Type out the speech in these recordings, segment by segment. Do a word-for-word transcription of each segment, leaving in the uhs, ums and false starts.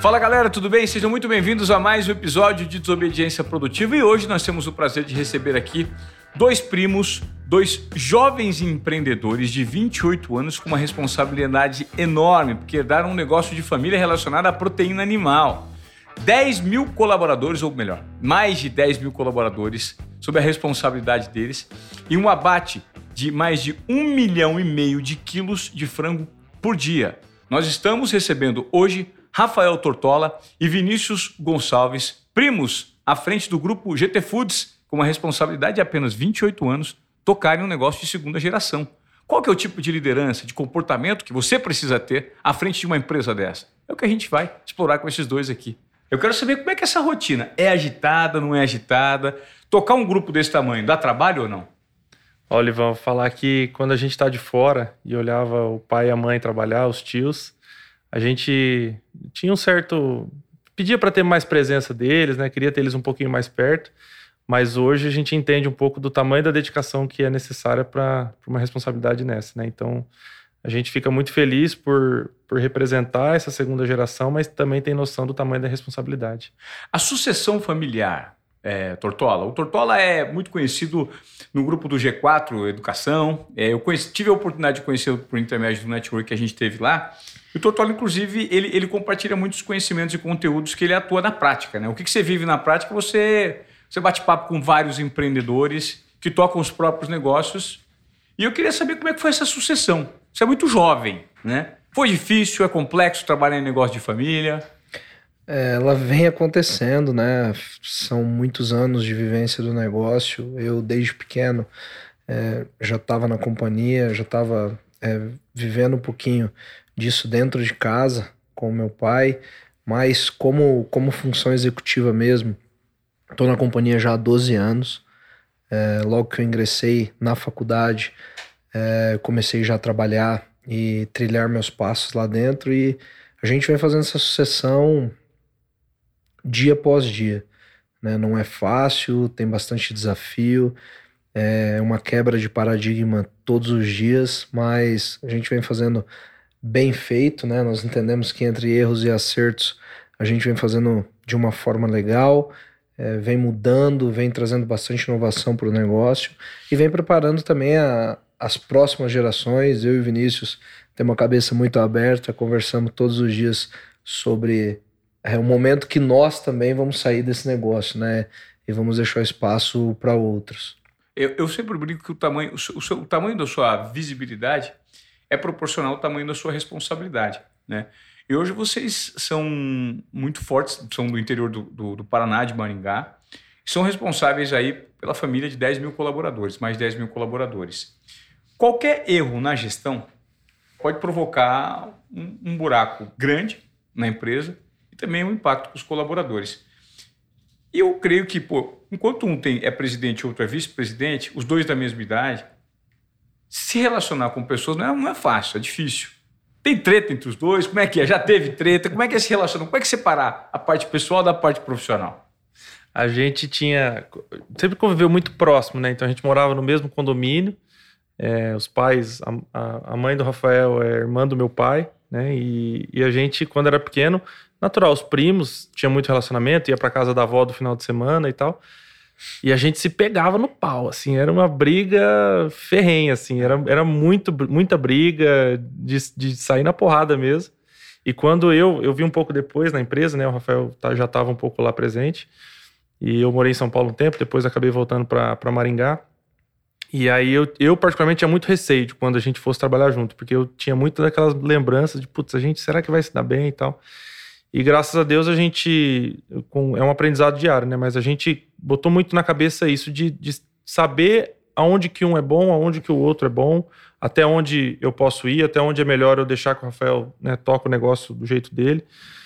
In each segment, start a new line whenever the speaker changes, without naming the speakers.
Fala galera, tudo bem? Sejam muito bem-vindos a mais um episódio de Desobediência Produtiva e hoje nós temos o prazer de receber aqui dois primos, dois jovens empreendedores de vinte e oito anos com uma responsabilidade enorme, porque herdaram um negócio de família relacionado à proteína animal. dez mil colaboradores, ou melhor, mais de dez mil colaboradores sob a responsabilidade deles e um abate de mais de um milhão e meio de quilos de frango por dia. Nós estamos recebendo hoje Rafael Tortola e Vinícius Gonçalves, primos à frente do grupo G T Foods, com uma responsabilidade de apenas vinte e oito anos, tocarem um negócio de segunda geração. Qual que é o tipo de liderança, de comportamento que você precisa ter à frente de uma empresa dessa? É o que a gente vai explorar com esses dois aqui. Eu quero saber como é que essa rotina é agitada, não é agitada? Tocar um grupo desse tamanho dá trabalho ou não?
Olha, Ivan, vou falar que quando a gente está de fora e olhava o pai e a mãe trabalhar, os tios, a gente tinha um certo... pedia para ter mais presença deles, né? Queria ter eles um pouquinho mais perto, mas hoje a gente entende um pouco do tamanho da dedicação que é necessária para uma responsabilidade nessa, né? Então, a gente fica muito feliz por, por representar essa segunda geração, mas também tem noção do tamanho da responsabilidade.
A sucessão familiar, é, Tortola. O Tortola é muito conhecido no grupo do G quatro Educação. É, eu conheci, tive a oportunidade de conhecê-lo por intermédio do network que a gente teve lá. E o Tortola, inclusive, ele, ele compartilha muitos conhecimentos e conteúdos que ele atua na prática, né? O que, que você vive na prática, você, você bate papo com vários empreendedores que tocam os próprios negócios. E eu queria saber como é que foi essa sucessão. Você é muito jovem, né? Foi difícil, é complexo trabalhar em negócio de família?
É, ela vem acontecendo, né? São muitos anos de vivência do negócio. Eu, desde pequeno, é, já estava na companhia, já estava é, vivendo um pouquinho disso dentro de casa com o meu pai, mas como, como função executiva mesmo, estou na companhia já há doze anos. É, logo que eu ingressei na faculdade, é, comecei já a trabalhar e trilhar meus passos lá dentro, e a gente vem fazendo essa sucessão dia após dia, né? Não é fácil, tem bastante desafio, é uma quebra de paradigma todos os dias, mas a gente vem fazendo bem feito, né? Nós entendemos que entre erros e acertos a gente vem fazendo de uma forma legal, é, vem mudando, vem trazendo bastante inovação para o negócio e vem preparando também a, as próximas gerações. Eu e o Vinícius temos uma cabeça muito aberta, conversamos todos os dias sobre é, o momento que nós também vamos sair desse negócio, né? E vamos deixar espaço para outros.
Eu, eu sempre brinco que o tamanho, o, seu, o, seu, o tamanho da sua visibilidade é proporcional ao tamanho da sua responsabilidade, né? E hoje vocês são muito fortes, são do interior do, do, do Paraná, de Maringá, são responsáveis aí pela família de dez mil colaboradores, mais dez mil colaboradores. Qualquer erro na gestão pode provocar um, um buraco grande na empresa e também um impacto para os colaboradores. E eu creio que, pô, enquanto um tem, é presidente e outro é vice-presidente, os dois da mesma idade, se relacionar com pessoas não é, não é fácil, é difícil. Tem treta entre os dois? Como é que é? Já teve treta? Como é que é se relacionar? Como é que separar a parte pessoal da parte profissional?
A gente tinha... sempre conviveu muito próximo, né? Então a gente morava no mesmo condomínio. É, os pais... A, a mãe do Rafael é irmã do meu pai, né? E, e a gente, quando era pequeno, natural, os primos, tinha muito relacionamento, ia pra casa da avó do final de semana e tal. E a gente se pegava no pau, assim, era uma briga ferrenha, assim, era, era muito, muita briga de, de sair na porrada mesmo. E quando eu, eu vi um pouco depois na empresa, né, o Rafael já estava um pouco lá presente, e eu morei em São Paulo um tempo, depois acabei voltando para Maringá, e aí eu, eu particularmente tinha muito receio de quando a gente fosse trabalhar junto, porque eu tinha muitas daquelas lembranças de, putz, a gente, será que vai se dar bem e tal? E graças a Deus a gente, com, é um aprendizado diário, né? Mas a gente botou muito na cabeça isso de, de saber aonde que um é bom, aonde que o outro é bom, até onde eu posso ir, até onde é melhor eu deixar que o Rafael, né, toque o negócio do jeito dele.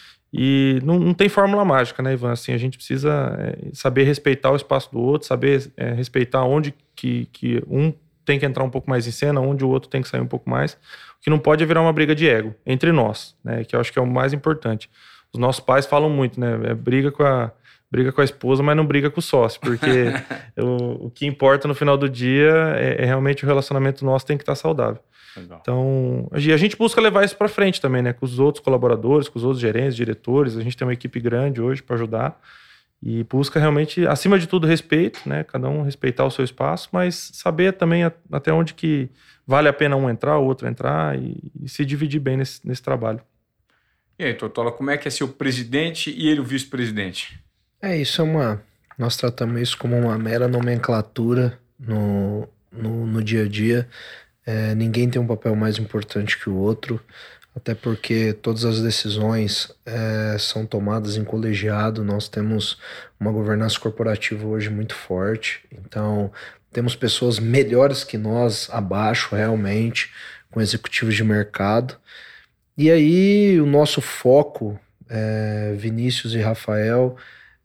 E não, não tem fórmula mágica, né, Ivan? Assim, a gente precisa é, saber respeitar o espaço do outro, saber é, respeitar onde que, que um tem que entrar um pouco mais em cena, onde o outro tem que sair um pouco mais. O que não pode é virar uma briga de ego entre nós, né? Que eu acho que é o mais importante. Os nossos pais falam muito, né? É briga com a, briga com a esposa, mas não briga com o sócio, porque o, o que importa no final do dia é, é realmente o relacionamento nosso tem que estar saudável. Legal. Então, a gente busca levar isso para frente também, né? Com os outros colaboradores, com os outros gerentes, diretores. A gente tem uma equipe grande hoje para ajudar e busca realmente, acima de tudo, respeito, né? Cada um respeitar o seu espaço, mas saber também até onde que vale a pena um entrar, o outro entrar e, e se dividir bem nesse, nesse trabalho.
E aí, Tortola, como é que é ser o presidente e ele o vice-presidente?
É, isso é uma... Nós tratamos isso como uma mera nomenclatura no, no, no dia a dia. É, ninguém tem um papel mais importante que o outro, até porque todas as decisões é, são tomadas em colegiado. Nós temos uma governança corporativa hoje muito forte, então temos pessoas melhores que nós abaixo realmente, com executivos de mercado. E aí o nosso foco, é, Vinícius e Rafael,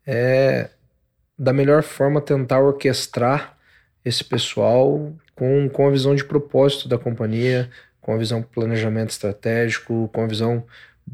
é da melhor forma tentar orquestrar esse pessoal com, com a visão de propósito da companhia, com a visão de planejamento estratégico, com a visão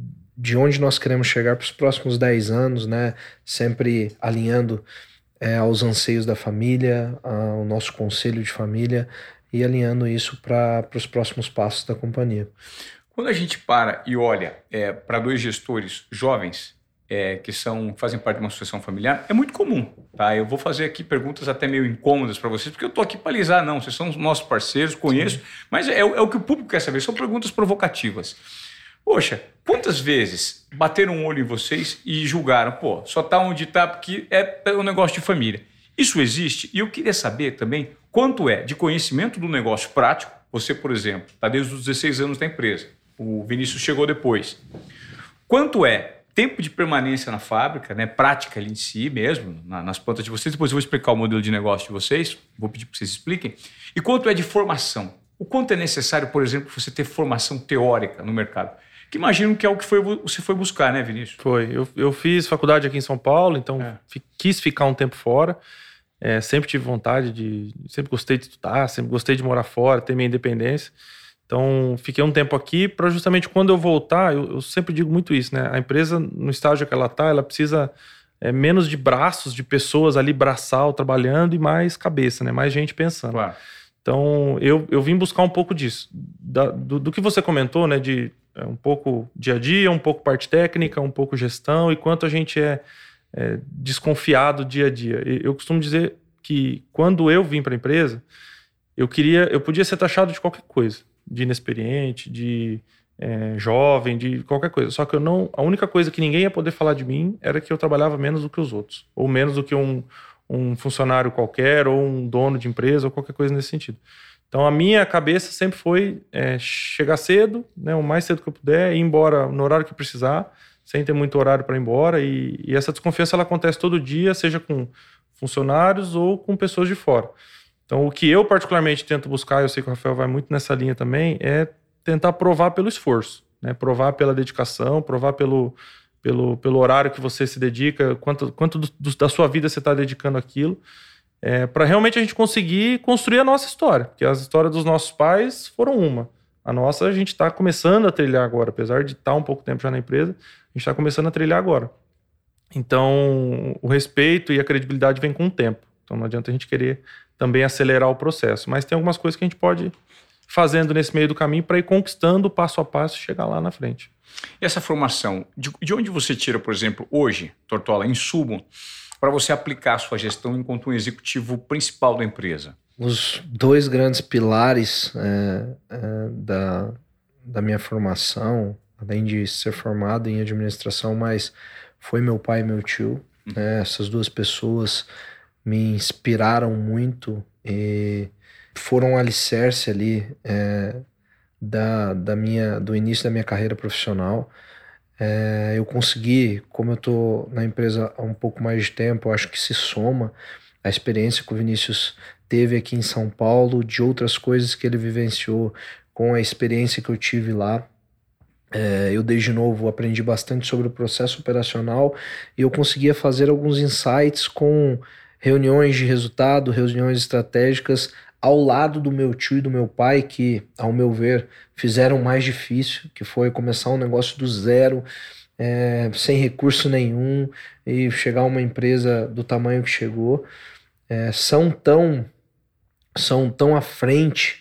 de onde nós queremos chegar para os próximos dez anos, né? Sempre alinhando é, aos anseios da família, ao nosso conselho de família e alinhando isso para os próximos passos da companhia.
Quando a gente para e olha é, para dois gestores jovens, É, que são, fazem parte de uma sucessão familiar, é muito comum, tá? Eu vou fazer aqui perguntas até meio incômodas para vocês, porque eu tô aqui para alisar, não, vocês são os nossos parceiros, conheço, Sim. mas é, é o que o público quer saber, são perguntas provocativas. Poxa, quantas vezes bateram um olho em vocês e julgaram, pô, só tá onde tá porque é um negócio de família. Isso existe e eu queria saber também quanto é de conhecimento do negócio prático, você, por exemplo, tá desde os dezesseis anos da empresa, o Vinícius chegou depois. Quanto é tempo de permanência na fábrica, né, prática ali em si mesmo, na, nas plantas de vocês. Depois eu vou explicar o modelo de negócio de vocês, vou pedir para vocês expliquem. E quanto é de formação? O quanto é necessário, por exemplo, você ter formação teórica no mercado? Que imagino que é o que foi, você foi buscar, né, Vinícius?
Foi. Eu, eu fiz faculdade aqui em São Paulo, então é. fi, quis ficar um tempo fora. É, sempre tive vontade de... Sempre gostei de estudar, sempre gostei de morar fora, ter minha independência. Então, fiquei um tempo aqui para justamente quando eu voltar, eu, eu sempre digo muito isso, né? A empresa, no estágio que ela está, ela precisa é, menos de braços, de pessoas ali braçal, trabalhando e mais cabeça, né? Mais gente pensando.
Claro.
Então, eu, eu vim buscar um pouco disso. Da, do, do que você comentou, né? De é, um pouco dia a dia, um pouco parte técnica, um pouco gestão e quanto a gente é, é desconfiado dia a dia. Eu costumo dizer que quando eu vim para a empresa, eu queria, eu podia ser taxado de qualquer coisa. De inexperiente, de é, jovem, de qualquer coisa. Só que eu não, a única coisa que ninguém ia poder falar de mim era que eu trabalhava menos do que os outros. Ou menos do que um, um funcionário qualquer, ou um dono de empresa, ou qualquer coisa nesse sentido. Então a minha cabeça sempre foi é, chegar cedo, né, o mais cedo que eu puder, ir embora no horário que precisar, sem ter muito horário para ir embora. E, e essa desconfiança ela acontece todo dia, seja com funcionários ou com pessoas de fora. Então, o que eu particularmente tento buscar, eu sei que o Rafael vai muito nessa linha também, é tentar provar pelo esforço, né? Provar pela dedicação, provar pelo, pelo, pelo horário que você se dedica, quanto, quanto do, do, da sua vida você está dedicando àquilo, é, para realmente a gente conseguir construir a nossa história, porque as histórias dos nossos pais foram uma. A nossa a gente está começando a trilhar agora, apesar de estar um pouco tempo já na empresa, a gente está começando a trilhar agora. Então, o respeito e a credibilidade vem com o tempo. Então, não adianta a gente querer também acelerar o processo. Mas tem algumas coisas que a gente pode ir fazendo nesse meio do caminho para ir conquistando passo a passo e chegar lá na frente.
E essa formação, de, de onde você tira, por exemplo, hoje, Tortola, insumo, para você aplicar a sua gestão enquanto um executivo principal da empresa?
Os dois grandes pilares é, é, da, da minha formação, além de ser formado em administração, mas foi meu pai e meu tio. Uhum. Né? Essas duas pessoas me inspiraram muito e foram um alicerce ali é, da, da minha, do início da minha carreira profissional. É, eu consegui, como eu estou na empresa há um pouco mais de tempo, eu acho que se soma a experiência que o Vinícius teve aqui em São Paulo, de outras coisas que ele vivenciou com a experiência que eu tive lá. É, eu desde novo aprendi bastante sobre o processo operacional e eu conseguia fazer alguns insights com reuniões de resultado, reuniões estratégicas ao lado do meu tio e do meu pai, que, ao meu ver, fizeram mais difícil, que foi começar um negócio do zero, é, sem recurso nenhum, e chegar a uma empresa do tamanho que chegou, é, são tão são tão à frente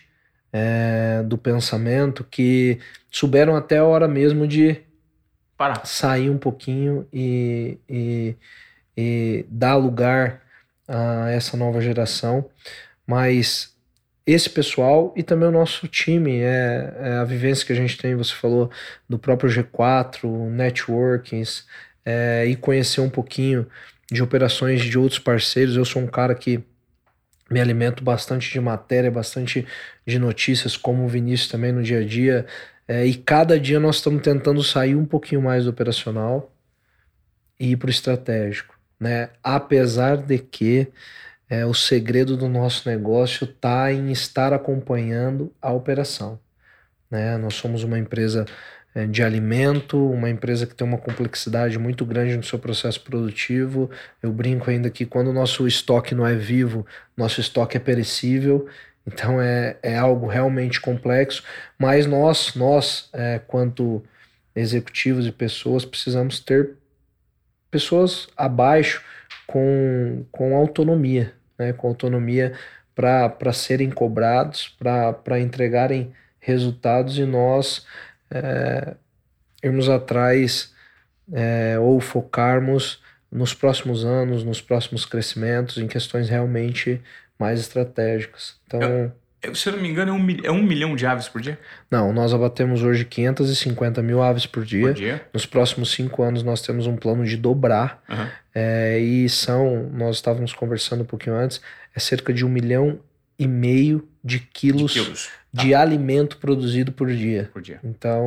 é, do pensamento que souberam até a hora mesmo de
Parar.
sair um pouquinho e, e, e dar lugar a essa nova geração. Mas esse pessoal e também o nosso time, é, é a vivência que a gente tem, você falou do próprio G quatro, networkings, é, e conhecer um pouquinho de operações de outros parceiros. Eu sou um cara que me alimento bastante de matéria, bastante de notícias, como o Vinícius também no dia a dia, é, e cada dia nós estamos tentando sair um pouquinho mais do operacional e ir para o estratégico, né? Apesar de que é, o segredo do nosso negócio está em estar acompanhando a operação, né? Nós somos uma empresa é, de alimento, uma empresa que tem uma complexidade muito grande no seu processo produtivo. Eu brinco ainda que quando o nosso estoque não é vivo, nosso estoque é perecível. Então é, é algo realmente complexo, mas nós, nós é, quanto executivos e pessoas, precisamos ter pessoas abaixo com, com autonomia, né? Com autonomia para serem cobrados, para entregarem resultados, e nós é, irmos atrás é, ou focarmos nos próximos anos, nos próximos crescimentos, em questões realmente mais estratégicas. Então,
eu, eu, se eu não me engano, é um, é um milhão de aves por dia?
Não, nós abatemos hoje quinhentas e cinquenta mil aves por dia.
Por dia.
Nos próximos cinco anos nós temos um plano de dobrar. Uhum. É, e são, nós estávamos conversando um pouquinho antes, é cerca de um milhão e meio de quilos de, quilos. de tá. alimento produzido por dia.
Por dia.
Então,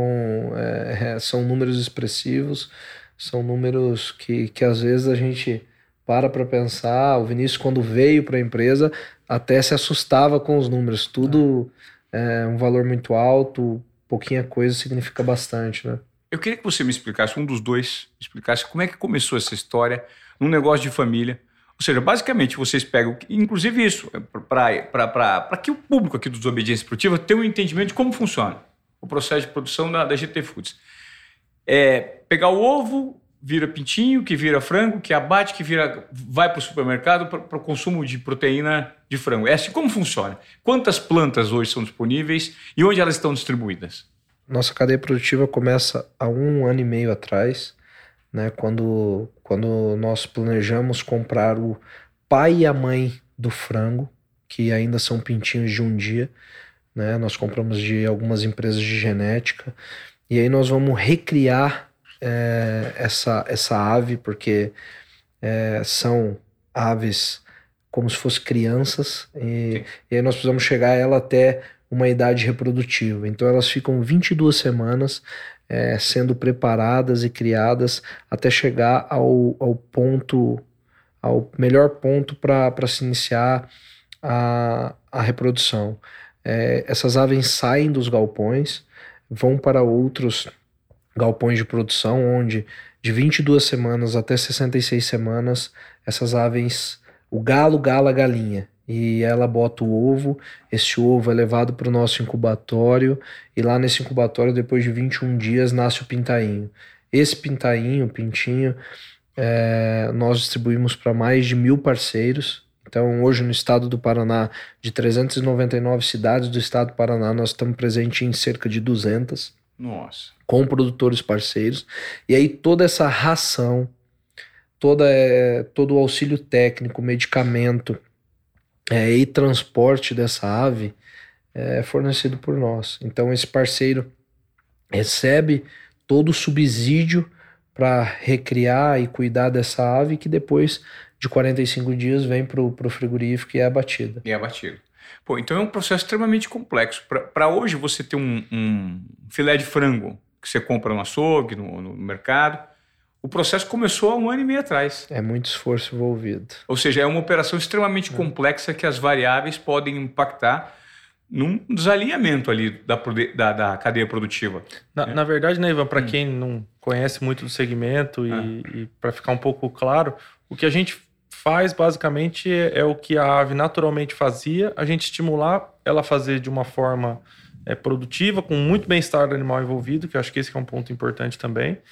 é, são números expressivos, são números que, que às vezes a gente para para pensar. O Vinícius, quando veio para a empresa, até se assustava com os números. Tudo é um valor muito alto, pouquinha coisa significa bastante, né?
Eu queria que você me explicasse, um dos dois, explicasse como é que começou essa história num negócio de família. Ou seja, basicamente vocês pegam, inclusive isso, para que o público aqui do Desobediência Produtiva tenha um entendimento de como funciona o processo de produção da, da G T Foods. É pegar o ovo, vira pintinho, que vira frango, que abate, que vira, vai para o supermercado para o consumo de proteína de frango. É assim como funciona? Quantas plantas hoje são disponíveis e onde elas estão distribuídas?
Nossa cadeia produtiva começa há um ano e meio atrás, né, quando, quando nós planejamos comprar o pai e a mãe do frango, que ainda são pintinhos de um dia, né, nós compramos de algumas empresas de genética, e aí nós vamos recriar É, essa, essa ave, porque é, são aves como se fossem crianças, e, e aí nós precisamos chegar ela até uma idade reprodutiva. Então elas ficam vinte e duas semanas é, sendo preparadas e criadas até chegar ao, ao ponto, ao melhor ponto para se iniciar a, a reprodução. É, essas aves saem dos galpões, vão para outros galpões de produção, onde de vinte e duas semanas até sessenta e seis semanas, essas aves, o galo gala a galinha, e ela bota o ovo, esse ovo é levado para o nosso incubatório, e lá nesse incubatório, depois de vinte e um dias, nasce o pintainho. Esse pintainho, pintinho, é, nós distribuímos para mais de mil parceiros. Então, hoje no estado do Paraná, de trezentas e noventa e nove cidades do estado do Paraná, nós estamos presentes em cerca de duzentas.
Nossa.
Com produtores parceiros, e aí toda essa ração, toda, é, todo o auxílio técnico, medicamento é, e transporte dessa ave é fornecido por nós. Então esse parceiro recebe todo o subsídio para recriar e cuidar dessa ave, que depois de quarenta e cinco dias vem para o frigorífico e é abatida.
E é abatida. Pô, então é um processo extremamente complexo. Para hoje você ter um, um filé de frango que você compra no açougue, no, no mercado, o processo começou há um ano e meio atrás.
É muito esforço envolvido.
Ou seja, é uma operação extremamente é. complexa que as variáveis podem impactar num desalinhamento ali da, da, da cadeia produtiva.
Na,
né?
na verdade, né, Ivan, para hum. quem não conhece muito do segmento e, ah. e para ficar um pouco claro, o que a gente faz basicamente é, é o que a ave naturalmente fazia, a gente estimular ela a fazer de uma forma é, produtiva, com muito bem-estar do animal envolvido, que eu acho que esse que é um ponto importante também.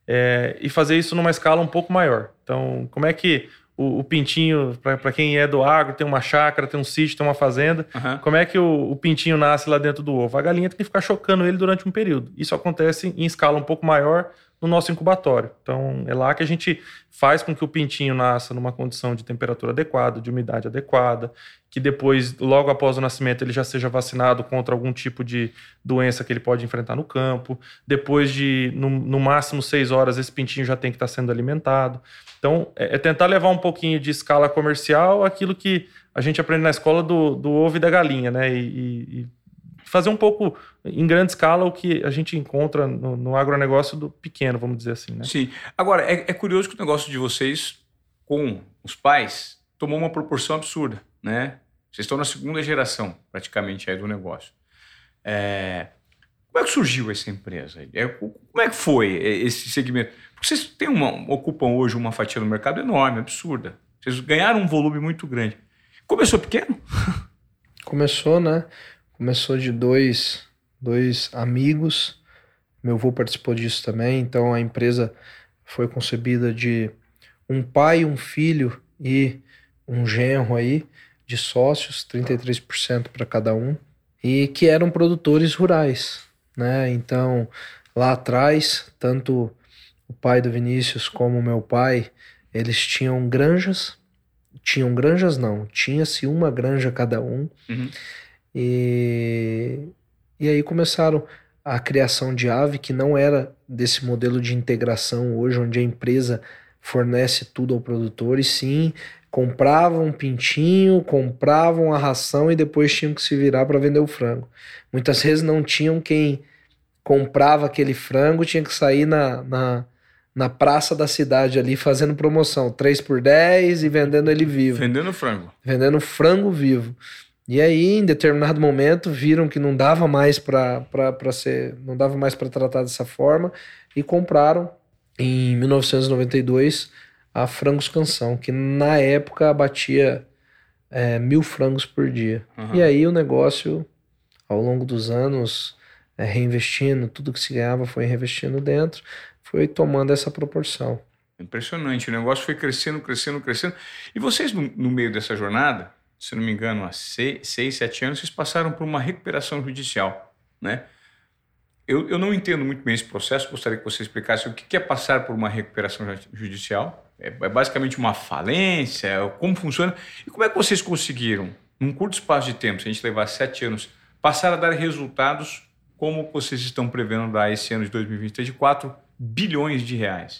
é, e fazer isso numa escala um pouco maior. Então, como é que o, o pintinho, para quem é do agro, tem uma chácara, tem um sítio, tem uma fazenda, uhum. como é que o, o pintinho nasce lá dentro do ovo? A galinha tem que ficar chocando ele durante um período. Isso acontece em escala um pouco maior no nosso incubatório. Então, é lá que a gente faz com que o pintinho nasça numa condição de temperatura adequada, de umidade adequada, que depois, logo após o nascimento, ele já seja vacinado contra algum tipo de doença que ele pode enfrentar no campo. Depois de, no, no máximo, seis horas, esse pintinho já tem que estar sendo alimentado. Então, é, é tentar levar um pouquinho de escala comercial aquilo que a gente aprende na escola do, do ovo e da galinha, né? E, e, e fazer um pouco, em grande escala, o que a gente encontra no, no agronegócio do pequeno, vamos dizer assim, né?
Sim. Agora, é, é curioso que o negócio de vocês com os pais tomou uma proporção absurda, né? Vocês estão na segunda geração, praticamente, aí do negócio. É... Como é que surgiu essa empresa? É... Como é que foi esse segmento? Porque vocês têm uma, ocupam hoje uma fatia no mercado enorme, absurda. Vocês ganharam um volume muito grande. Começou pequeno?
Começou, né? Começou de dois, dois amigos. Meu avô participou disso também. Então, a empresa foi concebida de um pai, um filho e um genro aí, de sócios, trinta e três por cento para cada um, e que eram produtores rurais, né? Então, lá atrás, tanto o pai do Vinícius como o meu pai, eles tinham granjas, tinham granjas não, tinha-se uma granja cada um, uhum. e, e aí começaram a criação de ave, que não era desse modelo de integração hoje, onde a empresa fornece tudo ao produtor, e sim compravam um pintinho, compravam a ração e depois tinham que se virar para vender o frango. Muitas vezes não tinham quem comprava aquele frango, tinha que sair na, na, na praça da cidade ali fazendo promoção, três por dez e vendendo ele vivo.
Vendendo frango.
Vendendo frango vivo. E aí, em determinado momento, viram que não dava mais para ser, não dava mais para tratar dessa forma e compraram em mil novecentos e noventa e dois a Frangos Canção, que na época abatia é, mil frangos por dia. Uhum. E aí o negócio, ao longo dos anos, é, reinvestindo, tudo que se ganhava foi reinvestindo dentro, foi tomando essa proporção.
Impressionante, o negócio foi crescendo, crescendo, crescendo. E vocês, no, no meio dessa jornada, se não me engano, há seis, seis, sete anos, vocês passaram por uma recuperação judicial, né? Eu, eu não entendo muito bem esse processo, gostaria que você explicasse o que é passar por uma recuperação judicial. É, é basicamente uma falência, como funciona e como é que vocês conseguiram, num curto espaço de tempo, se a gente levar sete anos, passar a dar resultados como vocês estão prevendo dar esse ano de dois mil e vinte e três de quatro bilhões de reais?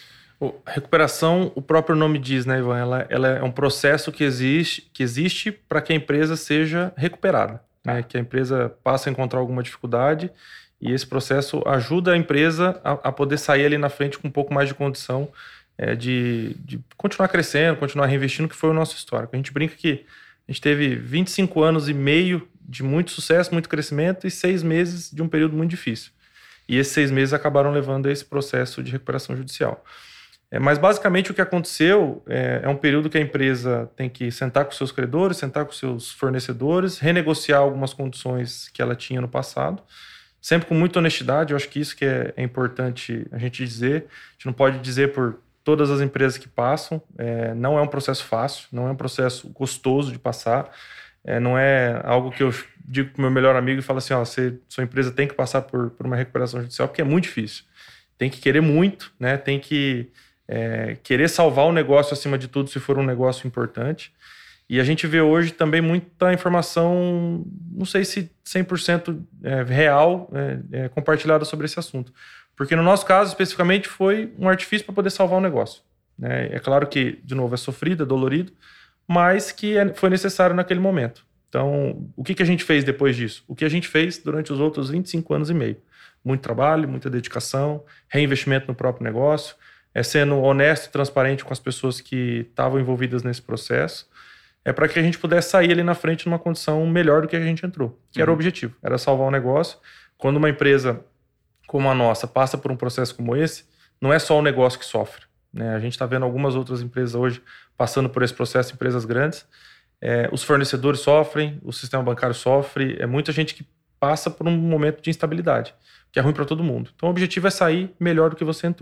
A recuperação, o próprio nome diz, né, Ivan? Ela, ela é um processo que existe, que existe para que a empresa seja recuperada, né? Que a empresa passe a encontrar alguma dificuldade e esse processo ajuda a empresa a, a poder sair ali na frente com um pouco mais de condição é, de, de continuar crescendo, continuar reinvestindo, que foi o nosso histórico. A gente brinca que a gente teve vinte e cinco anos e meio de muito sucesso, muito crescimento e seis meses de um período muito difícil. E esses seis meses acabaram levando a esse processo de recuperação judicial. É, mas basicamente o que aconteceu é, é um período que a empresa tem que sentar com seus credores, sentar com seus fornecedores, renegociar algumas condições que ela tinha no passado, sempre com muita honestidade. Eu acho que isso que é, é importante a gente dizer. A gente não pode dizer por todas as empresas que passam. É, não é um processo fácil, não é um processo gostoso de passar. É, não é algo que eu digo para o meu melhor amigo e falo assim, ó, você, sua empresa tem que passar por, por uma recuperação judicial, porque é muito difícil. Tem que querer muito, né? Tem que é, querer salvar o negócio acima de tudo se for um negócio importante. E a gente vê hoje também muita informação, não sei se cem por cento é, real, é, é, compartilhada sobre esse assunto. Porque no nosso caso, especificamente, foi um artifício para poder salvar o negócio. Né? É claro que, de novo, é sofrido, é dolorido, mas que foi necessário naquele momento. Então, o que, que a gente fez depois disso? O que a gente fez durante os outros vinte e cinco anos e meio. Muito trabalho, muita dedicação, reinvestimento no próprio negócio, é sendo honesto e transparente com as pessoas que estavam envolvidas nesse processo, é para que a gente pudesse sair ali na frente numa condição melhor do que a gente entrou, que uhum. era o objetivo, era salvar o negócio. Quando uma empresa como a nossa passa por um processo como esse, não é só o negócio que sofre. Né? A gente está vendo algumas outras empresas hoje passando por esse processo, empresas grandes. É, os fornecedores sofrem, o sistema bancário sofre, é muita gente que passa por um momento de instabilidade, que é ruim para todo mundo. Então o objetivo é sair melhor do que você entrou.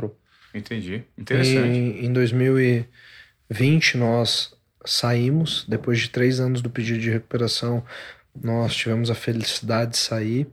Entendi. Interessante.
Em, em dois mil e vinte, nós saímos. Depois de três anos do pedido de recuperação, nós tivemos a felicidade de sair.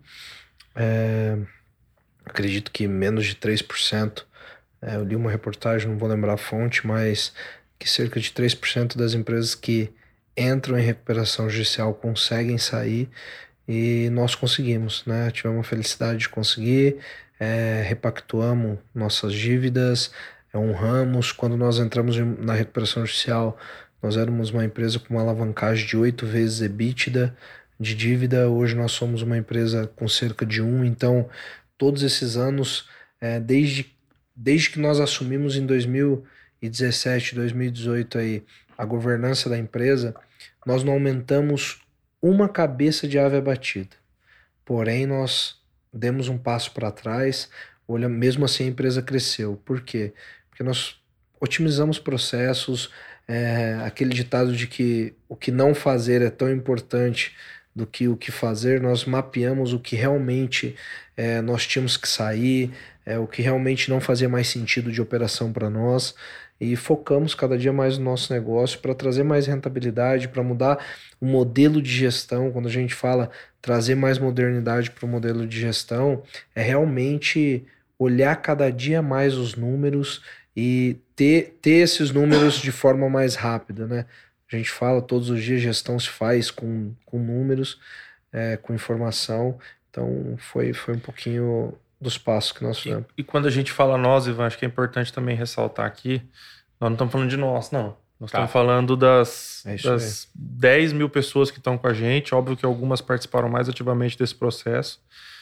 É, acredito que menos de três por cento. É, eu li uma reportagem, não vou lembrar a fonte, mas que cerca de três por cento das empresas que entram em recuperação judicial conseguem sair, e nós conseguimos, né? Tivemos a felicidade de conseguir, é, repactuamos nossas dívidas, é, honramos. Quando nós entramos na recuperação judicial, nós éramos uma empresa com uma alavancagem de oito vezes EBITDA de dívida. Hoje nós somos uma empresa com cerca de um. Então, todos esses anos, é, desde, desde que nós assumimos em dois mil e dezessete, dois mil e dezoito aí, a governança da empresa, nós não aumentamos uma cabeça de ave abatida. Porém, nós demos um passo para trás, olha, mesmo assim a empresa cresceu. Por quê? Porque nós otimizamos processos, é, aquele ditado de que o que não fazer é tão importante do que o que fazer. Nós mapeamos o que realmente é, nós tínhamos que sair, é, o que realmente não fazia mais sentido de operação para nós, e focamos cada dia mais no nosso negócio para trazer mais rentabilidade, para mudar o modelo de gestão. Quando a gente fala trazer mais modernidade para o modelo de gestão, é realmente olhar cada dia mais os números e ter, ter esses números de forma mais rápida, né? A gente fala todos os dias, gestão se faz com, com números, é, com informação. Então foi, foi um pouquinho dos passos que nós fizemos.
E, e quando a gente fala nós, Ivan, acho que é importante também ressaltar aqui, nós não estamos falando de nós, não. Nós tá. estamos falando das, é das dez mil pessoas que estão com a gente. Óbvio que algumas participaram mais ativamente desse processo.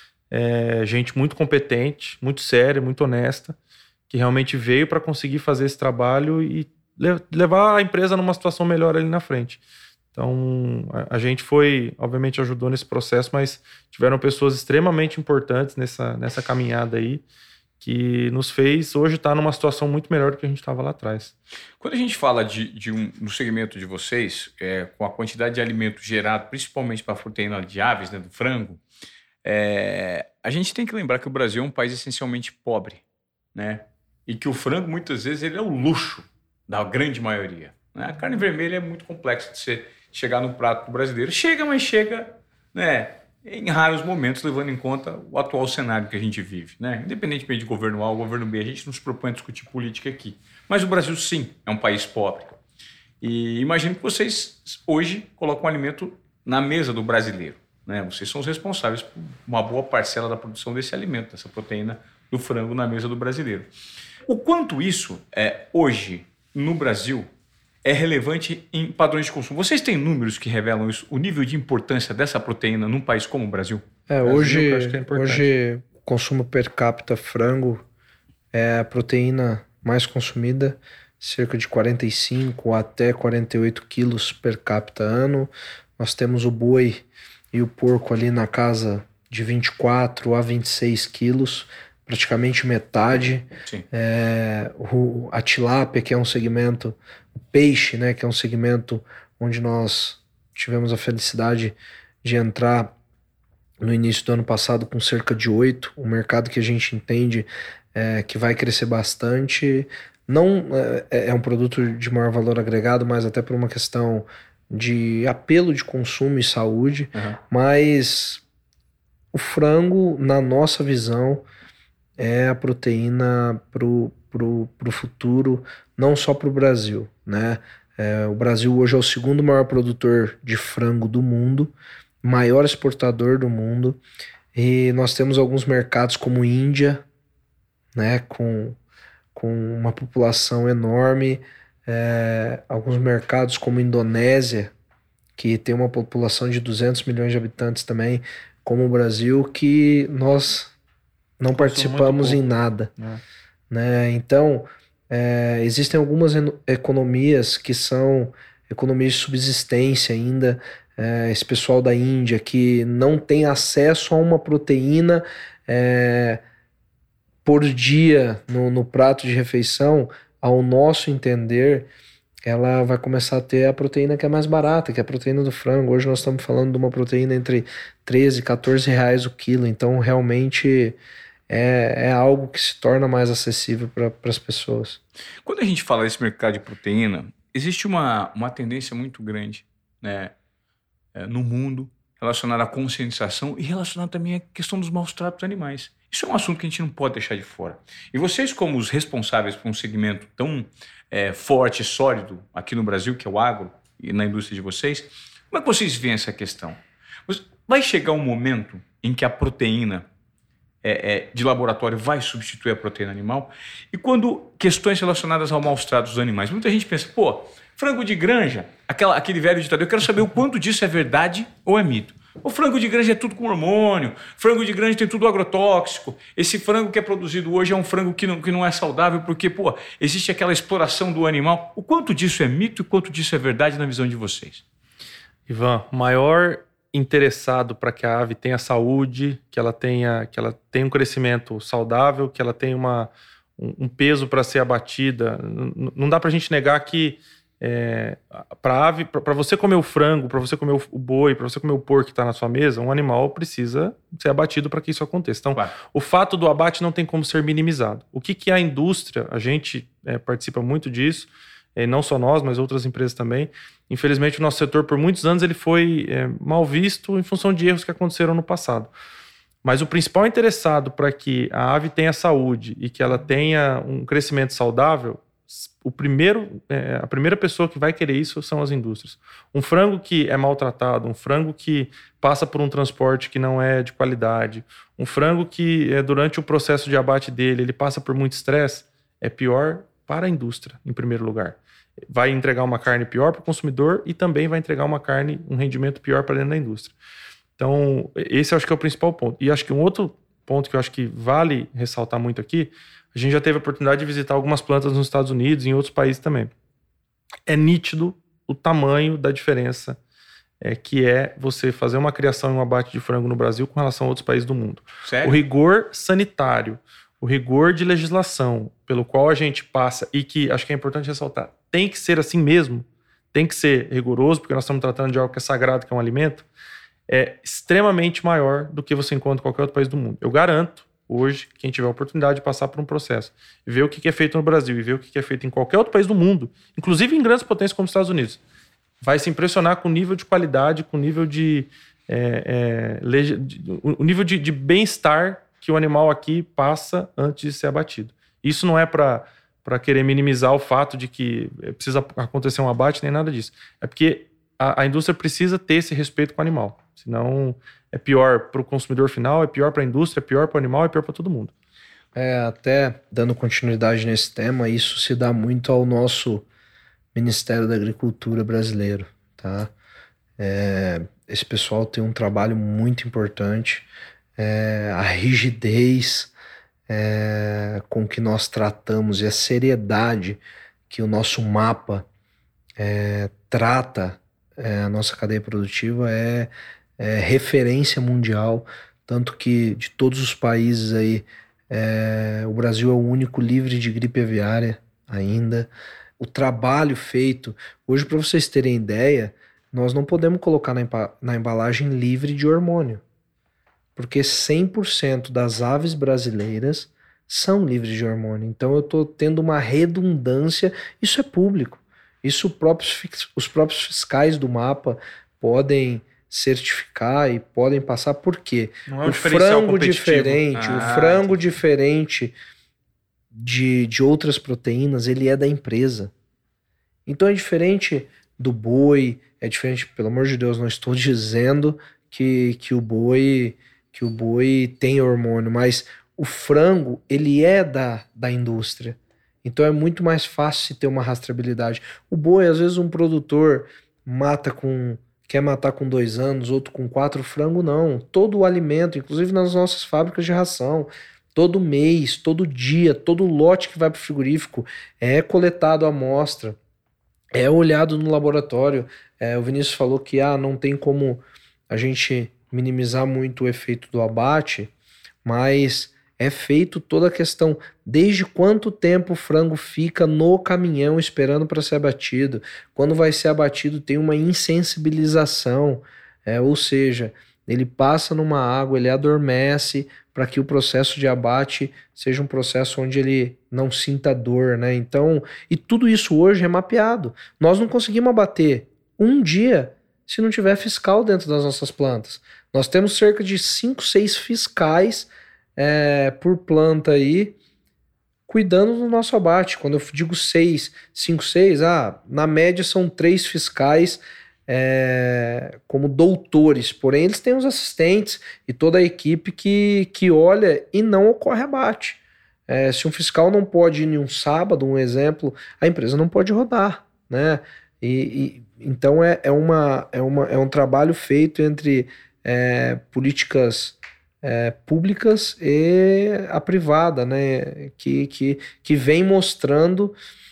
É, gente muito competente, muito séria, muito honesta, que realmente veio para conseguir fazer esse trabalho e le- levar a empresa numa situação melhor ali na frente. Então, a, a gente foi, obviamente, ajudou nesse processo, mas tiveram pessoas extremamente importantes nessa, nessa caminhada aí, que nos fez hoje estar numa situação muito melhor do que a gente estava lá atrás.
Quando a gente fala de, de um, no segmento de vocês, é, com a quantidade de alimento gerado, principalmente para a proteína de aves, né, do frango, é, a gente tem que lembrar que o Brasil é um país essencialmente pobre, né? E que o frango, muitas vezes, ele é o luxo da grande maioria, né? A carne vermelha é muito complexa de ser, chegar no prato do brasileiro. Chega, mas chega, né, em raros momentos, levando em conta o atual cenário que a gente vive, né? Independentemente de governo A ou governo B, a gente não se propõe a discutir política aqui. Mas o Brasil, sim, é um país pobre. E imagino que vocês, hoje, colocam alimento na mesa do brasileiro, né? Vocês são os responsáveis por uma boa parcela da produção desse alimento, dessa proteína do frango na mesa do brasileiro. O quanto isso, é, hoje, no Brasil, é relevante em padrões de consumo? Vocês têm números que revelam isso, o nível de importância dessa proteína num país como o Brasil?
É, Brasil, hoje, acho que é hoje o consumo per capita frango é a proteína mais consumida, cerca de quarenta e cinco até quarenta e oito quilos per capita ano. Nós temos o boi e o porco ali na casa de vinte e quatro a vinte e seis quilos, praticamente metade. É, o, a tilápia, que é um segmento, o peixe, né, que é um segmento onde nós tivemos a felicidade de entrar no início do ano passado com cerca de oito, um mercado que a gente entende é, que vai crescer bastante. Não é, é um produto de maior valor agregado, mas até por uma questão de apelo de consumo e saúde. Uhum. Mas o frango, na nossa visão, é a proteína pro, pro, pro futuro, não só para o Brasil, né? É, o Brasil hoje é o segundo maior produtor de frango do mundo, maior exportador do mundo, e nós temos alguns mercados como Índia, né, com, com uma população enorme, é, alguns mercados como Indonésia, que tem uma população de duzentos milhões de habitantes também, como o Brasil, que nós não participamos em nada, é. né? Então, é, existem algumas economias que são economias de subsistência ainda. É, esse pessoal da Índia que não tem acesso a uma proteína é, por dia no, no prato de refeição, ao nosso entender, ela vai começar a ter a proteína que é mais barata, que é a proteína do frango. Hoje nós estamos falando de uma proteína entre treze e quatorze reais o quilo. Então, realmente, é, é algo que se torna mais acessível para as pessoas.
Quando a gente fala desse mercado de proteína, existe uma, uma tendência muito grande, né, no mundo relacionada à conscientização e relacionada também à questão dos maus tratos animais. Isso é um assunto que a gente não pode deixar de fora. E vocês, como os responsáveis por um segmento tão é, forte e sólido aqui no Brasil, que é o agro, e na indústria de vocês, como é que vocês veem essa questão? Vai chegar um momento em que a proteína é, é, de laboratório vai substituir a proteína animal? E quando questões relacionadas ao maus tratos dos animais, muita gente pensa, pô, frango de granja, aquela, aquele velho ditador, eu quero saber o quanto disso é verdade ou é mito. O frango de granja é tudo com hormônio, frango de granja tem tudo agrotóxico, esse frango que é produzido hoje é um frango que não, que não é saudável porque, pô, existe aquela exploração do animal. O quanto disso é mito e o quanto disso é verdade na visão de vocês?
Ivan, o maior interessado para que a ave tenha saúde, que ela tenha, que ela tenha um crescimento saudável, que ela tenha uma, um, um peso para ser abatida. Não, não dá para a gente negar que é, para ave, para você comer o frango, para você comer o, o boi, para você comer o porco que está na sua mesa, um animal precisa ser abatido para que isso aconteça. Então, claro, o fato do abate não tem como ser minimizado. O que, que é a indústria? A gente é, participa muito disso. E não só nós, mas outras empresas também. Infelizmente, o nosso setor, por muitos anos, ele foi é, mal visto em função de erros que aconteceram no passado. Mas o principal interessado para que a ave tenha saúde e que ela tenha um crescimento saudável, o primeiro, é, a primeira pessoa que vai querer isso são as indústrias. Um frango que é maltratado, um frango que passa por um transporte que não é de qualidade, um frango que, é, durante o processo de abate dele, ele passa por muito estresse, é pior para a indústria, em primeiro lugar. Vai entregar uma carne pior para o consumidor e também vai entregar uma carne, um rendimento pior para dentro da indústria. Então, esse eu acho que é o principal ponto. E acho que um outro ponto que eu acho que vale ressaltar muito aqui, a gente já teve a oportunidade de visitar algumas plantas nos Estados Unidos e em outros países também. É nítido o tamanho da diferença é, que é você fazer uma criação e um abate de frango no Brasil com relação a outros países do mundo.
Sério?
O rigor sanitário, o rigor de legislação pelo qual a gente passa e que, acho que é importante ressaltar, tem que ser assim mesmo, tem que ser rigoroso, porque nós estamos tratando de algo que é sagrado, que é um alimento, é extremamente maior do que você encontra em qualquer outro país do mundo. Eu garanto, hoje, quem tiver a oportunidade de passar por um processo e ver o que é feito no Brasil e ver o que é feito em qualquer outro país do mundo, inclusive em grandes potências como os Estados Unidos, vai se impressionar com o nível de qualidade, com o nível de, é, é, leg... o nível de, de bem-estar que o animal aqui passa antes de ser abatido. Isso não é para para querer minimizar o fato de que precisa acontecer um abate, nem nada disso. É porque a, a indústria precisa ter esse respeito com o animal. Senão é pior para o consumidor final, é pior para a indústria, é pior para o animal, é pior para todo mundo.
É, até dando continuidade nesse tema, isso se dá muito ao nosso Ministério da Agricultura brasileiro, tá? É, esse pessoal tem um trabalho muito importante. É, a rigidez é, com que nós tratamos e a seriedade que o nosso mapa é, trata é, a nossa cadeia produtiva é, é referência mundial, tanto que de todos os países aí é, o Brasil é o único livre de gripe aviária ainda. O trabalho feito, hoje, para vocês terem ideia, nós não podemos colocar na, na embalagem livre de hormônio, porque cem por cento das aves brasileiras são livres de hormônio. Então eu estou tendo uma redundância, isso é público. Isso próprios, os próprios fiscais do mapa podem certificar e podem passar. Por quê?
Não é um
o frango diferente,
ah,
o frango
entendi.
diferente de, de outras proteínas, ele é da empresa. Então é diferente do boi, é diferente, pelo amor de Deus, não estou dizendo que, que o boi... que o boi tem hormônio, mas o frango, ele é da, da indústria. Então é muito mais fácil se ter uma rastreabilidade. O boi, às vezes um produtor mata com, quer matar com dois anos, outro com quatro, frango não. Todo o alimento, inclusive nas nossas fábricas de ração, todo mês, todo dia, todo lote que vai para o frigorífico é coletado a amostra, é olhado no laboratório. É, o Vinícius falou que ah, não tem como a gente minimizar muito o efeito do abate, mas é feito toda a questão, desde quanto tempo o frango fica no caminhão esperando para ser abatido, quando vai ser abatido tem uma insensibilização, é, ou seja, ele passa numa água, ele adormece para que o processo de abate seja um processo onde ele não sinta dor, né? Então, e tudo isso hoje é mapeado. Nós não conseguimos abater um dia se não tiver fiscal dentro das nossas plantas. Nós temos cerca de cinco, seis fiscais é, por planta aí, cuidando do nosso abate. Quando eu digo seis, cinco, seis, ah, na média são três fiscais é, como doutores, porém eles têm os assistentes e toda a equipe que, que olha e não ocorre abate. É, se um fiscal não pode ir em um sábado, um exemplo, a empresa não pode rodar, né? E, e, então é, é, uma, é, uma, é um trabalho feito entre é, políticas é, públicas e a privada, né? Que, que, que vem mostrando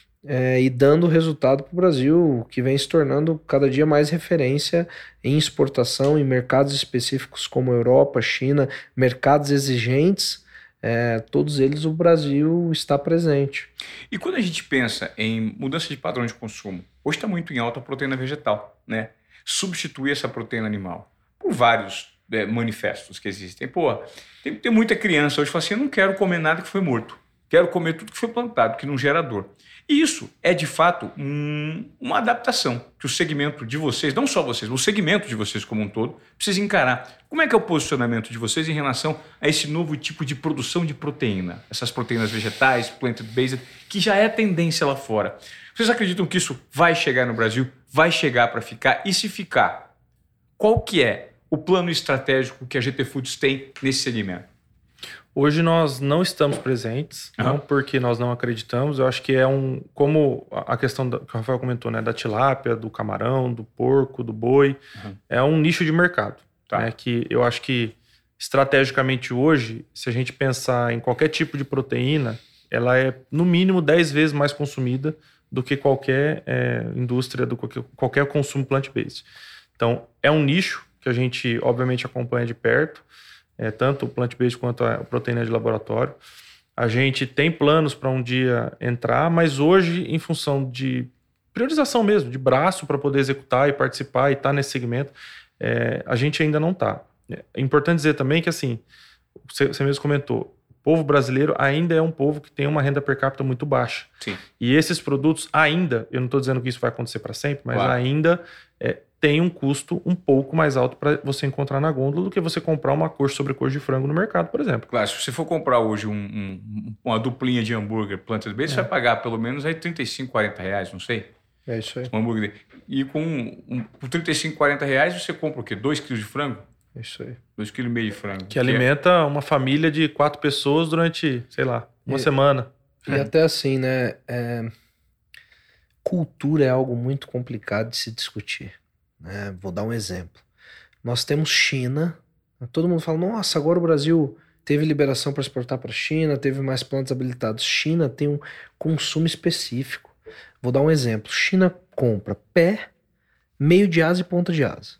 é, e dando resultado para o Brasil, que vem se tornando cada dia mais referência em exportação em mercados específicos como Europa, China, mercados exigentes. É, todos eles o Brasil está presente.
E quando a gente pensa em mudança de padrão de consumo, hoje está muito em alta a proteína vegetal, né? Substituir essa proteína animal por vários é, manifestos que existem. Pô, tem, tem muita criança hoje que fala assim, eu não quero comer nada que foi morto, quero comer tudo que foi plantado, que não gera dor. E isso é, de fato, um, uma adaptação que o segmento de vocês, não só vocês, o segmento de vocês como um todo, precisa encarar. Como é que é o posicionamento de vocês em relação a esse novo tipo de produção de proteína? Essas proteínas vegetais, plant-based, que já é tendência lá fora. Vocês acreditam que isso vai chegar no Brasil? Vai chegar para ficar? E se ficar, qual que é o plano estratégico que a G T Foods tem nesse segmento?
Hoje nós não estamos presentes, uhum. não porque nós não acreditamos. Eu acho que é um... Como a questão da, que o Rafael comentou, né? Da tilápia, do camarão, do porco, do boi. Uhum. É um nicho de mercado. Tá. Né, que eu acho que, estrategicamente hoje, se a gente pensar em qualquer tipo de proteína, ela é, no mínimo, dez vezes mais consumida do que qualquer é, indústria, do qualquer, qualquer consumo plant-based. Então, é um nicho que a gente, obviamente, acompanha de perto. É, tanto o plant-based quanto a proteína de laboratório. A gente tem planos para um dia entrar, mas hoje, em função de priorização mesmo, de braço para poder executar e participar e estar tá nesse segmento, é, a gente ainda não está. É importante dizer também que, assim, você, você mesmo comentou, o povo brasileiro ainda é um povo que tem uma renda per capita muito baixa.
Sim.
E esses produtos ainda, eu não estou dizendo que isso vai acontecer para sempre, mas claro. ainda... É, tem um custo um pouco mais alto para você encontrar na gôndola do que você comprar uma coxa sobre coxa de frango no mercado, por exemplo.
Claro, se você for comprar hoje um, um, uma duplinha de hambúrguer plant-based, é. você vai pagar pelo menos aí trinta e cinco, quarenta reais, não sei.
É isso aí.
Um hambúrguer. E com, um, com trinta e cinco, quarenta reais você compra o quê? dois quilos de frango?
É isso aí.
dois vírgula cinco quilos de frango.
Que, que alimenta é... uma família de quatro pessoas durante, sei lá, uma e, semana.
E é. até assim, né? É... Cultura é algo muito complicado de se discutir. É, vou dar um exemplo. Nós temos China. Todo mundo fala, nossa, agora o Brasil teve liberação para exportar para a China, teve mais plantas habilitadas. China tem um consumo específico. Vou dar um exemplo. China compra pé, meio de asa e ponta de asa.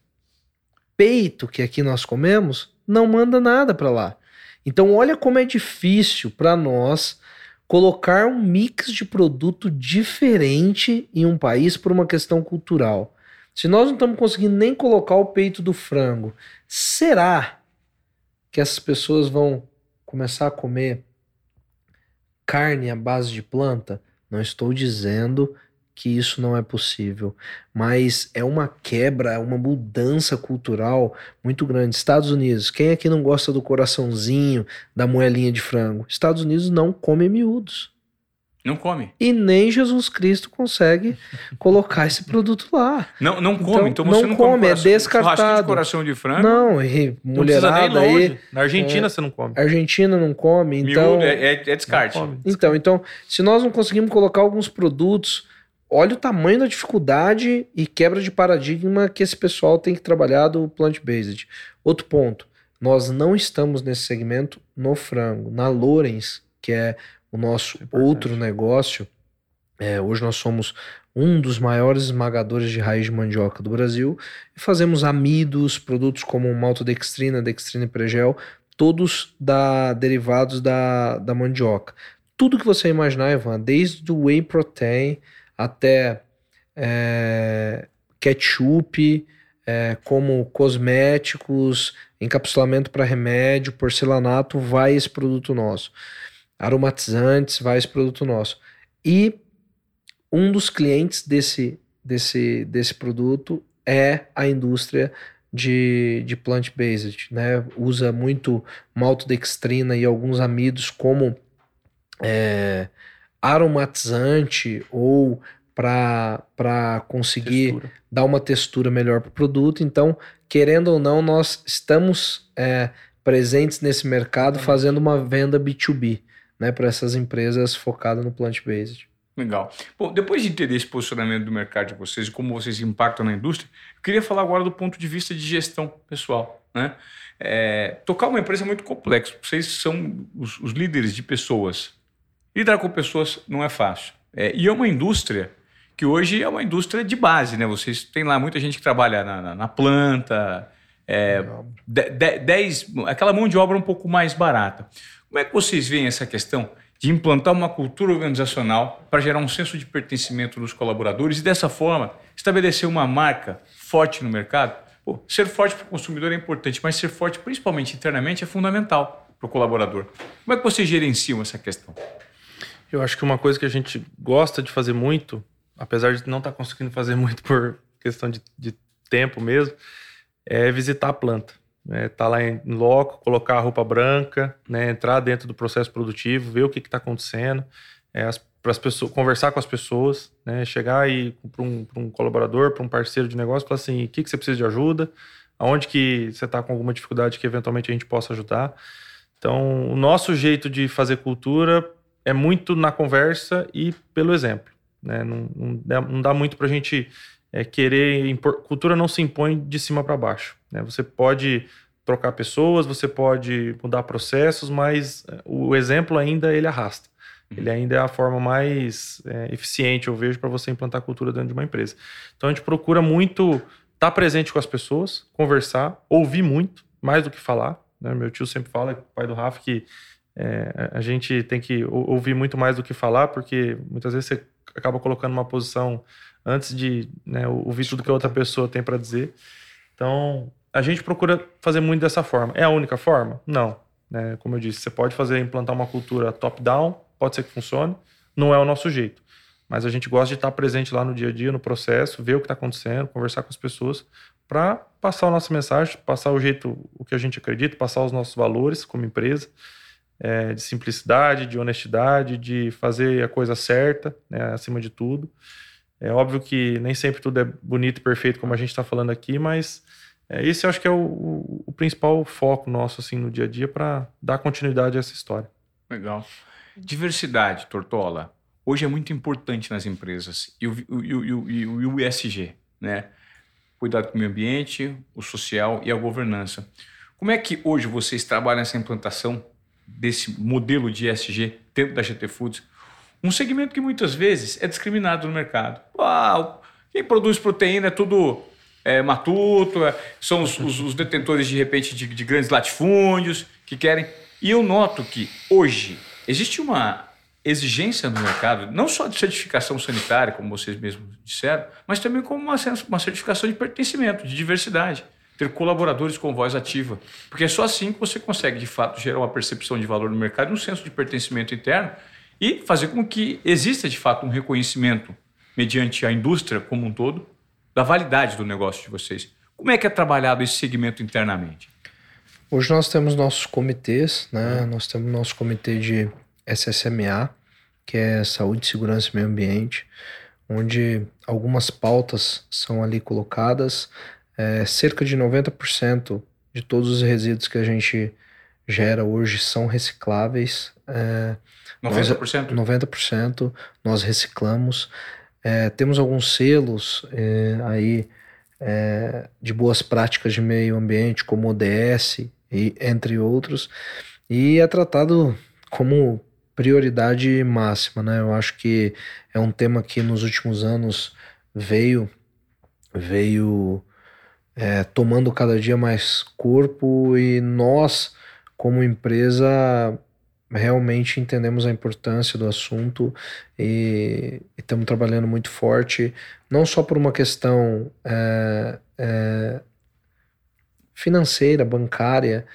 Peito, que aqui nós comemos, não manda nada para lá. Então olha como é difícil para nós colocar um mix de produto diferente em um país por uma questão cultural. Se nós não estamos conseguindo nem colocar o peito do frango, será que essas pessoas vão começar a comer carne à base de planta? Não estou dizendo que isso não é possível, mas é uma quebra, uma mudança cultural muito grande. Estados Unidos, quem aqui não gosta do coraçãozinho, da moelinha de frango? Estados Unidos não come miúdos.
Não come.
E nem Jesus Cristo consegue colocar esse produto lá.
Não, não come, então, então
você
não,
não
come.
come, é descartado.
De coração de frango.
Não, e mulherada aí.
Na Argentina é, você não come.
Argentina não come, então...
Miúdo é, é descarte.
Então, então, se nós não conseguimos colocar alguns produtos, olha o tamanho da dificuldade e quebra de paradigma que esse pessoal tem que trabalhar do plant-based. Outro ponto, nós não estamos nesse segmento no frango. Na Lorenz, que é o nosso é outro negócio, é, hoje nós somos um dos maiores esmagadores de raiz de mandioca do Brasil e fazemos amidos, produtos como maltodextrina, dextrina e pregel, todos da, derivados da, da mandioca. Tudo que você imaginar, Ivan, desde o whey protein até é, ketchup, é, como cosméticos, encapsulamento para remédio, porcelanato, vai esse produto nosso. Aromatizantes, vai esse produto nosso. E um dos clientes desse, desse, desse produto é a indústria de, de plant-based, né? Usa muito maltodextrina e alguns amidos como é, aromatizante ou para conseguir textura. Dar uma textura melhor para o produto. Então, querendo ou não, nós estamos é, presentes nesse mercado fazendo uma venda B dois B, né, para essas empresas focadas no plant-based.
Legal. Bom, depois de entender esse posicionamento do mercado de vocês e como vocês impactam na indústria, eu queria falar agora do ponto de vista de gestão pessoal, né? É, tocar uma empresa é muito complexo. Vocês são os, os líderes de pessoas. Lidar com pessoas não é fácil. É, e é uma indústria que hoje é uma indústria de base, né? Vocês têm lá muita gente que trabalha na, na, na planta, é, de, de, dez, aquela mão de obra um pouco mais barata. Como é que vocês veem essa questão de implantar uma cultura organizacional para gerar um senso de pertencimento dos colaboradores e, dessa forma, estabelecer uma marca forte no mercado? Pô, ser forte para o consumidor é importante, mas ser forte, principalmente internamente, é fundamental para o colaborador. Como é que vocês gerenciam essa questão?
Eu acho que uma coisa que a gente gosta de fazer muito, apesar de não estar conseguindo fazer muito por questão de, de tempo mesmo, é visitar a planta. Né? Tá lá em loco, colocar a roupa branca, né? Entrar dentro do processo produtivo, ver o que está acontecendo, é, as, pras pessoas, conversar com as pessoas, né? Chegar e para um, um colaborador, para um parceiro de negócio, falar assim, o que, que você precisa de ajuda, aonde que você está com alguma dificuldade que eventualmente a gente possa ajudar. Então, o nosso jeito de fazer cultura é muito na conversa e pelo exemplo. Né? Não, não, dá, não dá muito para a gente é, querer... Impor, cultura não se impõe de cima para baixo. Né? Você pode trocar pessoas, você pode mudar processos, mas o exemplo ainda ele arrasta. Ele ainda é a forma mais é, eficiente, eu vejo, para você implantar cultura dentro de uma empresa. Então a gente procura muito estar presente com as pessoas, conversar, ouvir muito, mais do que falar. Né? Meu tio sempre fala, pai do Rafa, que é, a gente tem que ouvir muito mais do que falar, porque muitas vezes você acaba colocando uma posição antes de, né, ouvir tudo que a outra pessoa tem para dizer. Então, a gente procura fazer muito dessa forma. É a única forma? Não. Né? Como eu disse, você pode fazer, implantar uma cultura top-down, pode ser que funcione, não é o nosso jeito. Mas a gente gosta de estar presente lá no dia a dia, no processo, ver o que está acontecendo, conversar com as pessoas, para passar a nossa mensagem, passar o jeito, o que a gente acredita, passar os nossos valores como empresa, é, de simplicidade, de honestidade, de fazer a coisa certa, né, acima de tudo. É óbvio que nem sempre tudo é bonito e perfeito como a gente está falando aqui, mas é, esse eu acho que é o, o, o principal foco nosso assim, no dia a dia para dar continuidade a essa história.
Legal. Diversidade, Tortola, hoje é muito importante nas empresas. E o, o, o, o, o E S G, né? Cuidado com o meio ambiente, o social e a governança. Como é que hoje vocês trabalham essa implantação desse modelo de E S G dentro da G T Foods? Um segmento que muitas vezes é discriminado no mercado. Ah, quem produz proteína é tudo é, matuto, é, são os, os, os detentores, de repente, de, de grandes latifúndios que querem... E eu noto que hoje existe uma exigência no mercado, não só de certificação sanitária, como vocês mesmos disseram, mas também como uma, uma certificação de pertencimento, de diversidade. Ter colaboradores com voz ativa. Porque é só assim que você consegue, de fato, gerar uma percepção de valor no mercado, um senso de pertencimento interno e fazer com que exista, de fato, um reconhecimento, mediante a indústria como um todo, da validade do negócio de vocês. Como é que é trabalhado esse segmento internamente?
Hoje nós temos nossos comitês, né? Uhum. Nós temos nosso comitê de S S M A, que é Saúde, Segurança e Meio Ambiente, onde algumas pautas são ali colocadas. É, cerca de noventa por cento de todos os resíduos que a gente gera hoje são recicláveis. É,
noventa por cento?
Nós, noventa por cento nós reciclamos. É, temos alguns selos é, aí é, de boas práticas de meio ambiente, como O D S, e, entre outros, e é tratado como prioridade máxima, né? Eu acho que é um tema que nos últimos anos veio, veio é, tomando cada dia mais corpo, e nós, como empresa, realmente entendemos a importância do assunto e estamos trabalhando muito forte, não só por uma questão é, é, financeira, bancária,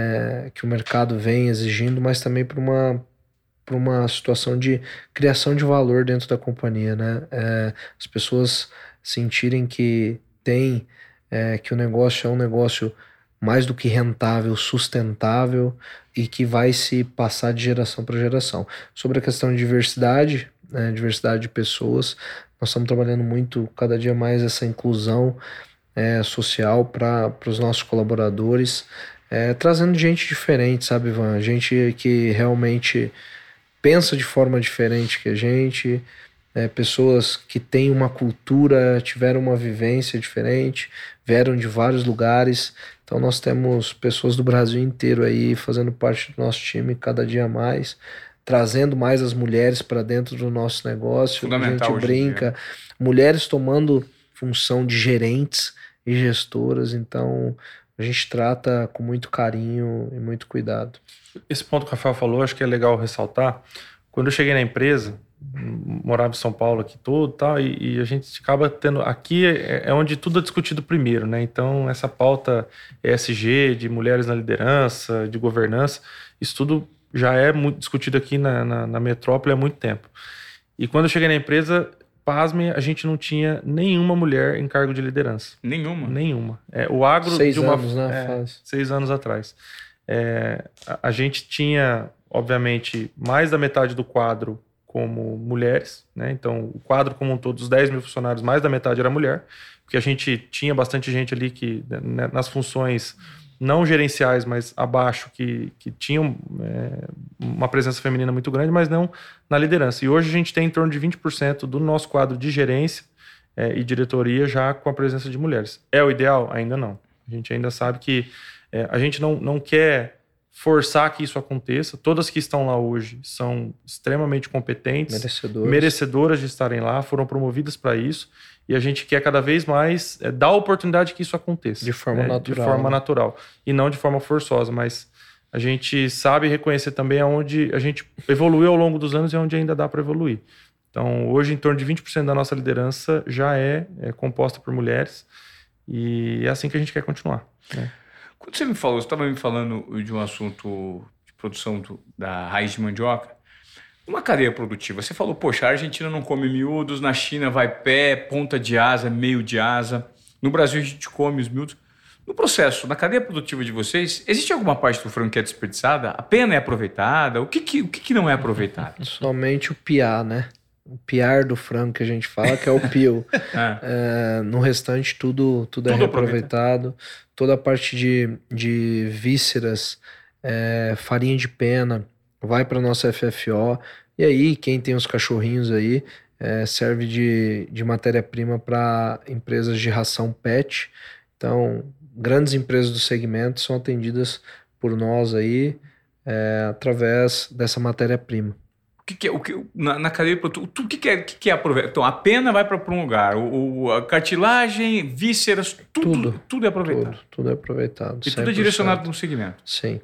é, que o mercado vem exigindo, mas também por uma, por uma situação de criação de valor dentro da companhia, né? É, as pessoas sentirem que tem, é, que o negócio é um negócio mais do que rentável, sustentável e que vai se passar de geração para geração. Sobre a questão de diversidade, né, diversidade de pessoas, nós estamos trabalhando muito, cada dia mais, essa inclusão é, social para os nossos colaboradores, é, trazendo gente diferente, sabe, Ivan? Gente que realmente pensa de forma diferente que a gente, é, pessoas que têm uma cultura, tiveram uma vivência diferente, vieram de vários lugares. Então nós temos pessoas do Brasil inteiro aí fazendo parte do nosso time cada dia mais, trazendo mais as mulheres para dentro do nosso negócio.
Fundamental.
A gente brinca, mulheres tomando função de gerentes e gestoras, então a gente trata com muito carinho e muito cuidado.
Esse ponto que o Rafael falou, acho que é legal ressaltar. Quando eu cheguei na empresa, morava em São Paulo aqui todo, tal, e, e a gente acaba tendo... Aqui é, é onde tudo é discutido primeiro, né? Então, essa pauta E S G, de mulheres na liderança, de governança, isso tudo já é muito discutido aqui na, na, na metrópole há muito tempo. E quando eu cheguei na empresa, pasme, a gente não tinha nenhuma mulher em cargo de liderança.
Nenhuma?
Nenhuma. É, o agro...
Seis
de uma,
anos, né?
É,
Faz.
Seis anos atrás. É, a, a gente tinha, obviamente, mais da metade do quadro como mulheres, né? Então, o quadro como um todo, dos dez mil funcionários, mais da metade era mulher, porque a gente tinha bastante gente ali que, né, nas funções não gerenciais, mas abaixo, que, que tinham é, uma presença feminina muito grande, mas não na liderança. E hoje a gente tem em torno de vinte por cento do nosso quadro de gerência é, e diretoria já com a presença de mulheres. É o ideal? Ainda não. A gente ainda sabe que é, a gente não, não quer forçar que isso aconteça. Todas que estão lá hoje são extremamente competentes,
merecedoras,
merecedoras de estarem lá, foram promovidas para isso, e a gente quer cada vez mais é, dar a oportunidade que isso aconteça.
De forma
né?
natural.
De forma
né?
natural. E não de forma forçosa, mas a gente sabe reconhecer também aonde a gente evoluiu ao longo dos anos e onde ainda dá para evoluir. Então, hoje, em torno de vinte por cento da nossa liderança já é, é composta por mulheres, e é assim que a gente quer continuar. Né?
Quando você me falou, você estava me falando de um assunto de produção do, da raiz de mandioca, uma cadeia produtiva. Você falou, poxa, a Argentina não come miúdos, na China vai pé, ponta de asa, meio de asa. No Brasil a gente come os miúdos. No processo, na cadeia produtiva de vocês, existe alguma parte do frango que é desperdiçada? A pena é aproveitada? O que, que, o que, que não é aproveitado?
Somente o piar, né? O piar do frango que a gente fala, que é o pio. é. É, no restante, tudo, tudo, tudo é reaproveitado. Toda a parte de, de vísceras, é, farinha de pena, vai para nossa F F O. E aí, quem tem os cachorrinhos aí, é, serve de, de matéria-prima para empresas de ração pet. Então, grandes empresas do segmento são atendidas por nós aí, é, através dessa matéria-prima.
O que, que é, o que, na, na cadeia de produto, o que, que, é, que, que é aproveitado? Então, a pena vai para um lugar, o, o, a cartilagem, vísceras, tudo, tudo, tudo é aproveitado.
Tudo, tudo é aproveitado.
E cem por cento. Tudo é direcionado para um segmento.
Sim.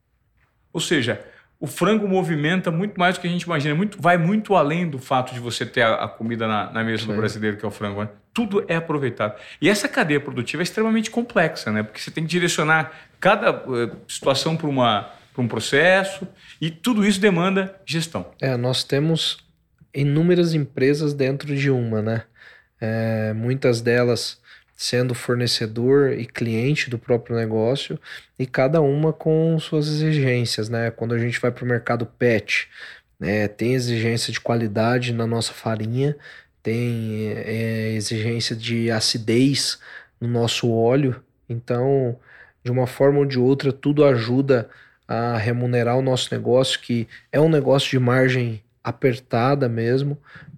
Ou seja, o frango movimenta muito mais do que a gente imagina. Muito, vai muito além do fato de você ter a, a comida na, na mesa Sim. do brasileiro, que é o frango. Né? Tudo é aproveitado. E essa cadeia produtiva é extremamente complexa, né? Porque você tem que direcionar cada uh, situação para uma... um processo, e tudo isso demanda gestão.
É, nós temos inúmeras empresas dentro de uma, né? É, muitas delas sendo fornecedor e cliente do próprio negócio, e cada uma com suas exigências, né? Quando a gente vai para o mercado pet, né, tem exigência de qualidade na nossa farinha, tem é, exigência de acidez no nosso óleo, então, de uma forma ou de outra, tudo ajuda a remunerar o nosso negócio, que é um negócio de margem apertada mesmo,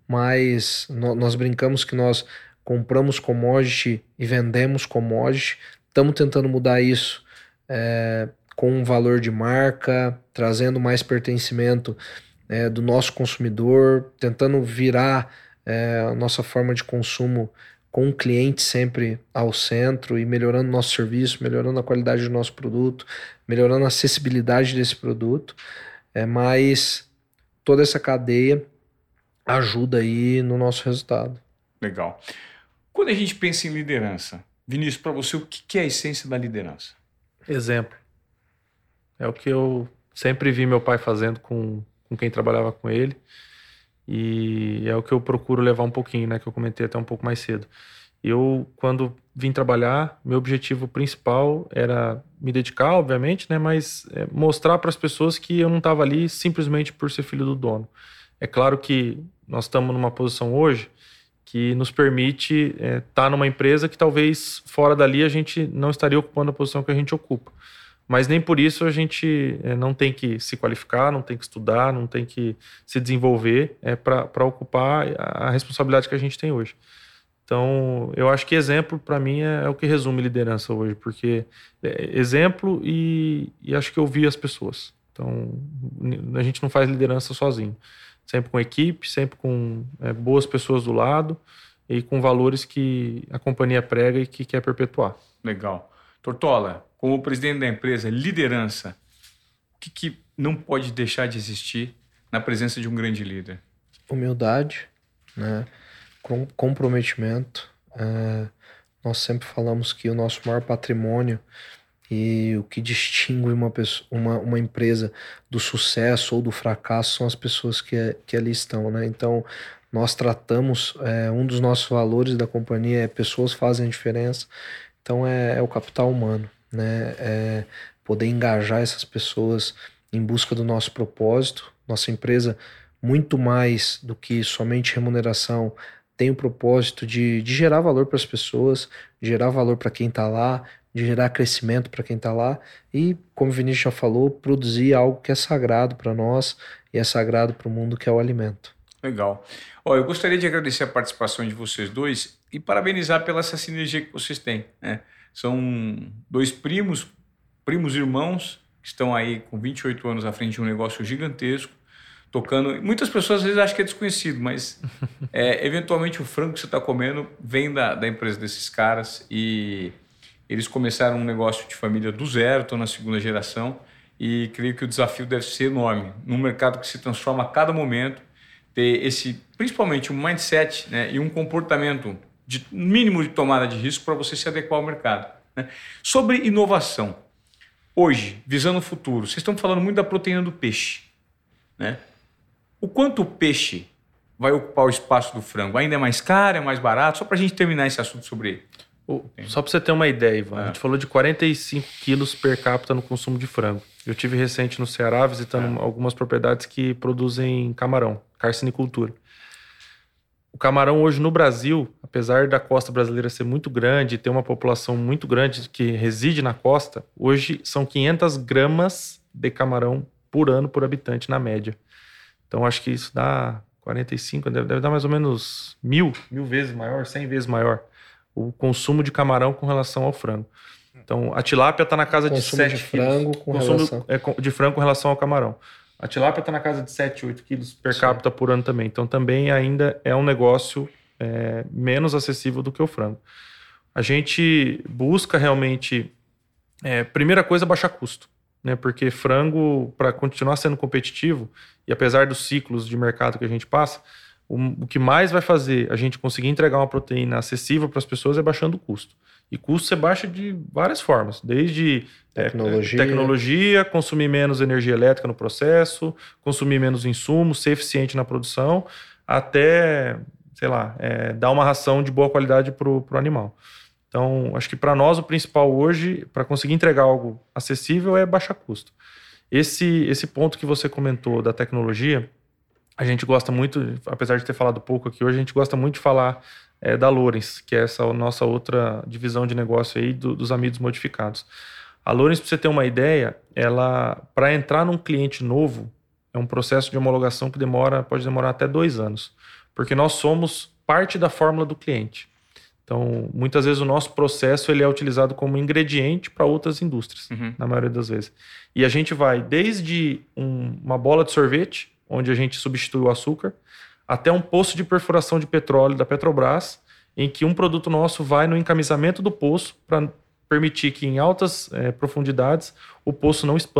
mas no, nós brincamos que nós compramos commodity e vendemos commodity. Estamos tentando mudar isso é, com um valor de marca, trazendo mais pertencimento é, do nosso consumidor, tentando virar é, a nossa forma de consumo com o cliente sempre ao centro e melhorando o nosso serviço, melhorando a qualidade do nosso produto, melhorando a acessibilidade desse produto. É, mas toda essa cadeia ajuda aí no nosso resultado.
Legal. Quando a gente pensa em liderança, Vinícius, para você, o que é a essência da liderança?
Exemplo. É o que eu sempre vi meu pai fazendo com, com quem trabalhava com ele. E é o que eu procuro levar um pouquinho, né? Que eu comentei até um pouco mais cedo. Eu, quando vim trabalhar, meu objetivo principal era me dedicar, obviamente, né? Mas é, mostrar para as pessoas que eu não estava ali simplesmente por ser filho do dono. É claro que nós estamos numa posição hoje que nos permite estar é, tá numa empresa que talvez fora dali a gente não estaria ocupando a posição que a gente ocupa. Mas nem por isso a gente é, não tem que se qualificar, não tem que estudar, não tem que se desenvolver é, para ocupar a responsabilidade que a gente tem hoje. Então, eu acho que exemplo, para mim, é, é o que resume liderança hoje, porque é exemplo e, e acho que ouvir as pessoas. Então, a gente não faz liderança sozinho. Sempre com equipe, sempre com é, boas pessoas do lado e com valores que a companhia prega e que quer perpetuar.
Legal. Tortola, como presidente da empresa, liderança, o que, que não pode deixar de existir na presença de um grande líder?
Humildade, né? Comprometimento. É, nós sempre falamos que o nosso maior patrimônio e o que distingue uma, pessoa, uma, uma empresa do sucesso ou do fracasso são as pessoas que, que ali estão, né? Então, nós tratamos, é, um dos nossos valores da companhia é pessoas fazem a diferença. Então, é, é o capital humano, né? É poder engajar essas pessoas em busca do nosso propósito. Nossa empresa, muito mais do que somente remuneração, tem o propósito de, de gerar valor para as pessoas, de gerar valor para quem está lá, de gerar crescimento para quem está lá e, como o Vinícius já falou, produzir algo que é sagrado para nós e é sagrado para o mundo, que é o alimento.
Legal. Ó, eu gostaria de agradecer a participação de vocês dois e parabenizar pela essa sinergia que vocês têm, né? São dois primos, primos irmãos, que estão aí com vinte e oito anos à frente de um negócio gigantesco, tocando. Muitas pessoas às vezes acham que é desconhecido, mas é, eventualmente o frango que você está comendo vem da, da empresa desses caras e eles começaram um negócio de família do zero, estão na segunda geração e creio que o desafio deve ser enorme. Num mercado que se transforma a cada momento, ter esse, principalmente um mindset, né, e um comportamento de mínimo de tomada de risco para você se adequar ao mercado, né? Sobre inovação, hoje, visando o futuro, vocês estão falando muito da proteína do peixe, né? O quanto o peixe vai ocupar o espaço do frango? Ainda é mais caro, é mais barato? Só para a gente terminar esse assunto sobre...
O, só para você ter uma ideia, Ivan, é. a gente falou de quarenta e cinco quilos per capita no consumo de frango. Eu tive recente no Ceará visitando é. algumas propriedades que produzem camarão, carcinicultura. O camarão hoje no Brasil, apesar da costa brasileira ser muito grande, ter uma população muito grande que reside na costa, hoje são quinhentas gramas de camarão por ano por habitante na média. Então, acho que isso dá quarenta e cinco, deve, deve dar mais ou menos mil, mil vezes maior, cem vezes maior o consumo de camarão com relação ao frango. Então, a tilápia está na casa de sete
de frango com
consumo
relação...
é, de frango com relação ao camarão. A tilápia está na casa de sete, oito quilos per
Sim.
capita por ano também. Então, também ainda é um negócio é, menos acessível do que o frango. A gente busca realmente, é, primeira coisa, baixar custo. Né, porque frango, para continuar sendo competitivo, e apesar dos ciclos de mercado que a gente passa, o, o que mais vai fazer a gente conseguir entregar uma proteína acessível para as pessoas é baixando o custo. E custo você baixa de várias formas, desde
tecnologia.
É, tecnologia, consumir menos energia elétrica no processo, consumir menos insumos, ser eficiente na produção, até, sei lá, é, dar uma ração de boa qualidade para o animal. Então, acho que para nós o principal hoje, para conseguir entregar algo acessível, é baixar custo. Esse, esse ponto que você comentou da tecnologia, a gente gosta muito, apesar de ter falado pouco aqui hoje, a gente gosta muito de falar é, da Lorenz, que é essa nossa outra divisão de negócio aí do, dos amidos modificados. A Lorenz, para você ter uma ideia, ela, para entrar num cliente novo, é um processo de homologação que demora, pode demorar até dois anos, porque nós somos parte da fórmula do cliente. Então, muitas vezes o nosso processo ele é utilizado como ingrediente para outras indústrias, uhum. na maioria das vezes. E a gente vai desde um, uma bola de sorvete, onde a gente substitui o açúcar, até um poço de perfuração de petróleo da Petrobras, em que um produto nosso vai no encamisamento do poço para permitir que em altas é, profundidades o poço não expanda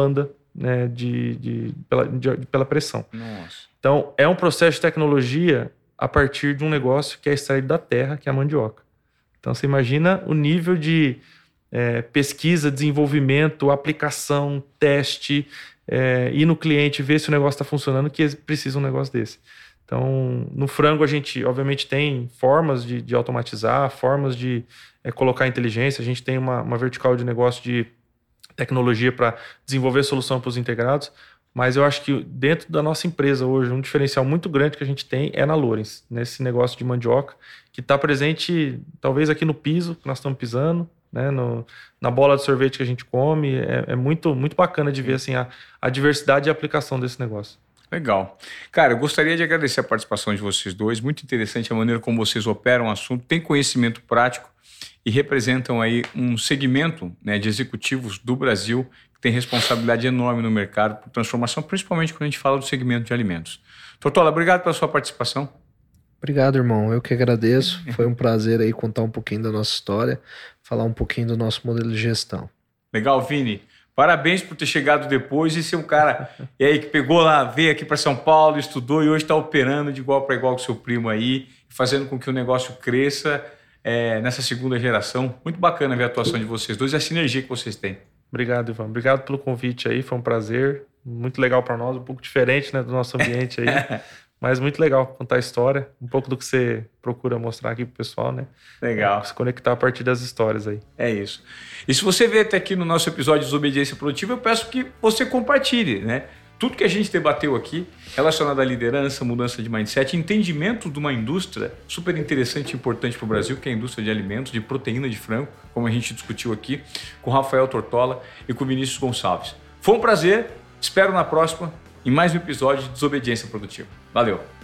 né, de, de, pela, de, pela pressão.
Nossa.
Então, é um processo de tecnologia a partir de um negócio que é extraído da terra, que é a mandioca. Então, você imagina o nível de é, pesquisa, desenvolvimento, aplicação, teste, é, ir no cliente, ver se o negócio está funcionando, que precisa um negócio desse. Então, no frango, a gente, obviamente, tem formas de, de automatizar, formas de é, colocar inteligência. A gente tem uma, uma vertical de negócio de tecnologia para desenvolver solução para os integrados. Mas eu acho que dentro da nossa empresa hoje, um diferencial muito grande que a gente tem é na Lourens, nesse negócio de mandioca, que está presente talvez aqui no piso, que nós estamos pisando, né, no, na bola de sorvete que a gente come. É, é muito, muito bacana de ver assim, a, a diversidade e a aplicação desse negócio.
Legal. Cara, eu gostaria de agradecer a participação de vocês dois. Muito interessante a maneira como vocês operam o assunto, têm conhecimento prático e representam aí um segmento, né, de executivos do Brasil que tem responsabilidade enorme no mercado por transformação, principalmente quando a gente fala do segmento de alimentos. Tortola, obrigado pela sua participação.
Obrigado, irmão. Eu que agradeço. Foi um prazer aí contar um pouquinho da nossa história, falar um pouquinho do nosso modelo de gestão.
Legal, Vini. Parabéns por ter chegado depois e ser um cara e aí, que pegou lá, veio aqui para São Paulo, estudou e hoje está operando de igual para igual com seu primo aí, fazendo com que o negócio cresça é, nessa segunda geração. Muito bacana ver a atuação de vocês dois e a sinergia que vocês têm.
Obrigado, Ivan. Obrigado pelo convite aí, foi um prazer. Muito legal para nós, um pouco diferente, né, do nosso ambiente aí. Mas muito legal contar a história, um pouco do que você procura mostrar aqui pro pessoal, né?
Legal.
É, se conectar a partir das histórias aí.
É isso. E se você veio até aqui no nosso episódio de Desobediência Produtiva, eu peço que você compartilhe, né? Tudo que a gente debateu aqui, relacionado à liderança, mudança de mindset, entendimento de uma indústria super interessante e importante para o Brasil, que é a indústria de alimentos, de proteína de frango, como a gente discutiu aqui, com o Rafael Tortola e com o Vinícius Gonçalves. Foi um prazer, espero na próxima, em mais um episódio de Desobediência Produtiva. Valeu!